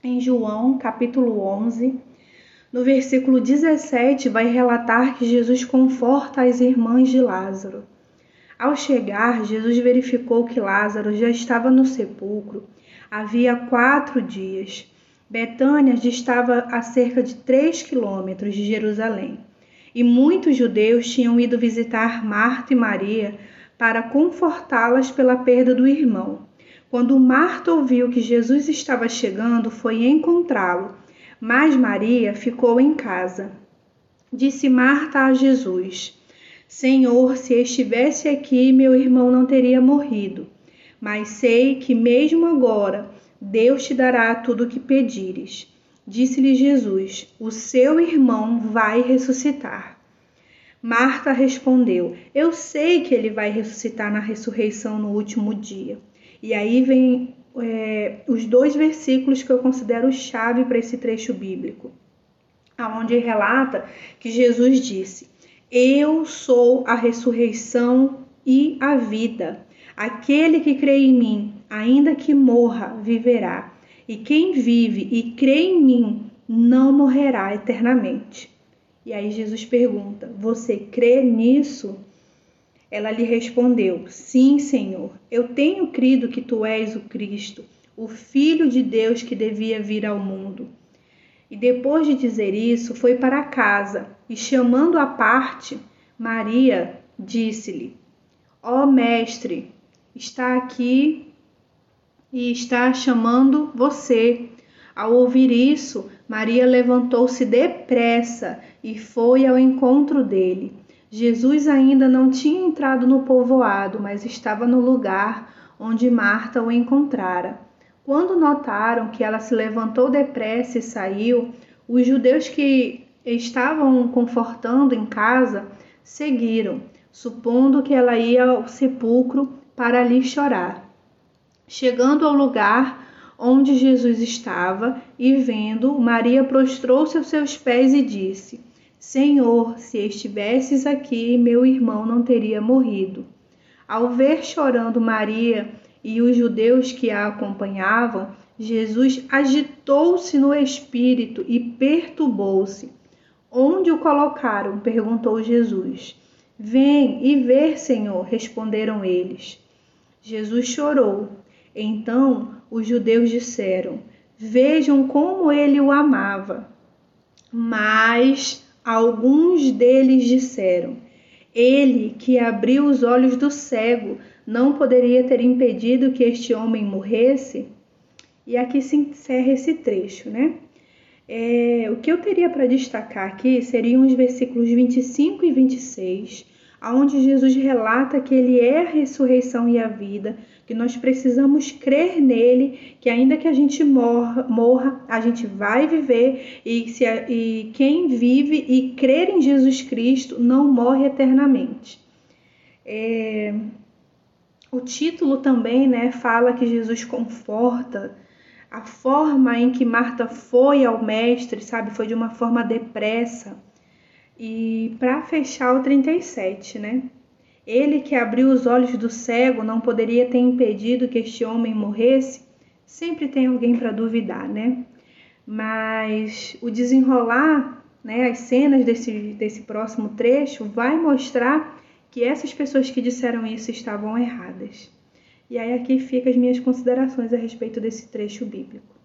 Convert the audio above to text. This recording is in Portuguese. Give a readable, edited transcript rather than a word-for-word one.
em João, capítulo 11. No versículo 17, vai relatar que Jesus conforta as irmãs de Lázaro. Ao chegar, Jesus verificou que Lázaro já estava no sepulcro havia 4 dias. Betânia distava a cerca de 3 quilômetros de Jerusalém, e muitos judeus tinham ido visitar Marta e Maria para confortá-las pela perda do irmão. Quando Marta ouviu que Jesus estava chegando, foi encontrá-lo, mas Maria ficou em casa. Disse Marta a Jesus: Senhor, se estivesse aqui, meu irmão não teria morrido. Mas sei que mesmo agora Deus te dará tudo o que pedires. Disse-lhe Jesus: O seu irmão vai ressuscitar. Marta respondeu: Eu sei que ele vai ressuscitar na ressurreição no último dia. E aí vem os 2 versículos que eu considero chave para esse trecho bíblico, onde relata que Jesus disse: Eu sou a ressurreição e a vida. Aquele que crê em mim, ainda que morra, viverá. E quem vive e crê em mim, não morrerá eternamente. E aí Jesus pergunta: Você crê nisso? Ela lhe respondeu: Sim, Senhor. Eu tenho crido que tu és o Cristo, o Filho de Deus que devia vir ao mundo. E depois de dizer isso, foi para casa e, chamando à parte, Maria disse-lhe: Ó Mestre, está aqui e está chamando você. Ao ouvir isso, Maria levantou-se depressa e foi ao encontro dele. Jesus ainda não tinha entrado no povoado, mas estava no lugar onde Marta o encontrara. Quando notaram que ela se levantou depressa e saiu, os judeus que estavam confortando em casa seguiram, supondo que ela ia ao sepulcro para ali chorar. Chegando ao lugar onde Jesus estava e vendo, Maria prostrou-se aos seus pés e disse: Senhor, se estivesses aqui, meu irmão não teria morrido. Ao ver chorando Maria e os judeus que a acompanhavam, Jesus agitou-se no espírito e perturbou-se. Onde o colocaram? Perguntou Jesus. Vem e vê, Senhor, responderam eles. Jesus chorou. Então os judeus disseram: Vejam como ele o amava. Mas alguns deles disseram: Ele que abriu os olhos do cego não poderia ter impedido que este homem morresse? E aqui se encerra esse trecho, né? O que eu teria para destacar aqui seriam os versículos 25 e 26, onde Jesus relata que ele é a ressurreição e a vida, que nós precisamos crer nele, que ainda que a gente morra, a gente vai viver, e quem vive e crer em Jesus Cristo não morre eternamente. O título também, né, fala que Jesus conforta. A forma em que Marta foi ao mestre, sabe, foi de uma forma depressa. E para fechar o 37, né? Ele que abriu os olhos do cego não poderia ter impedido que este homem morresse? Sempre tem alguém para duvidar, né? Mas o desenrolar, né, as cenas desse próximo trecho vai mostrar que essas pessoas que disseram isso estavam erradas. E aí aqui ficam as minhas considerações a respeito desse trecho bíblico.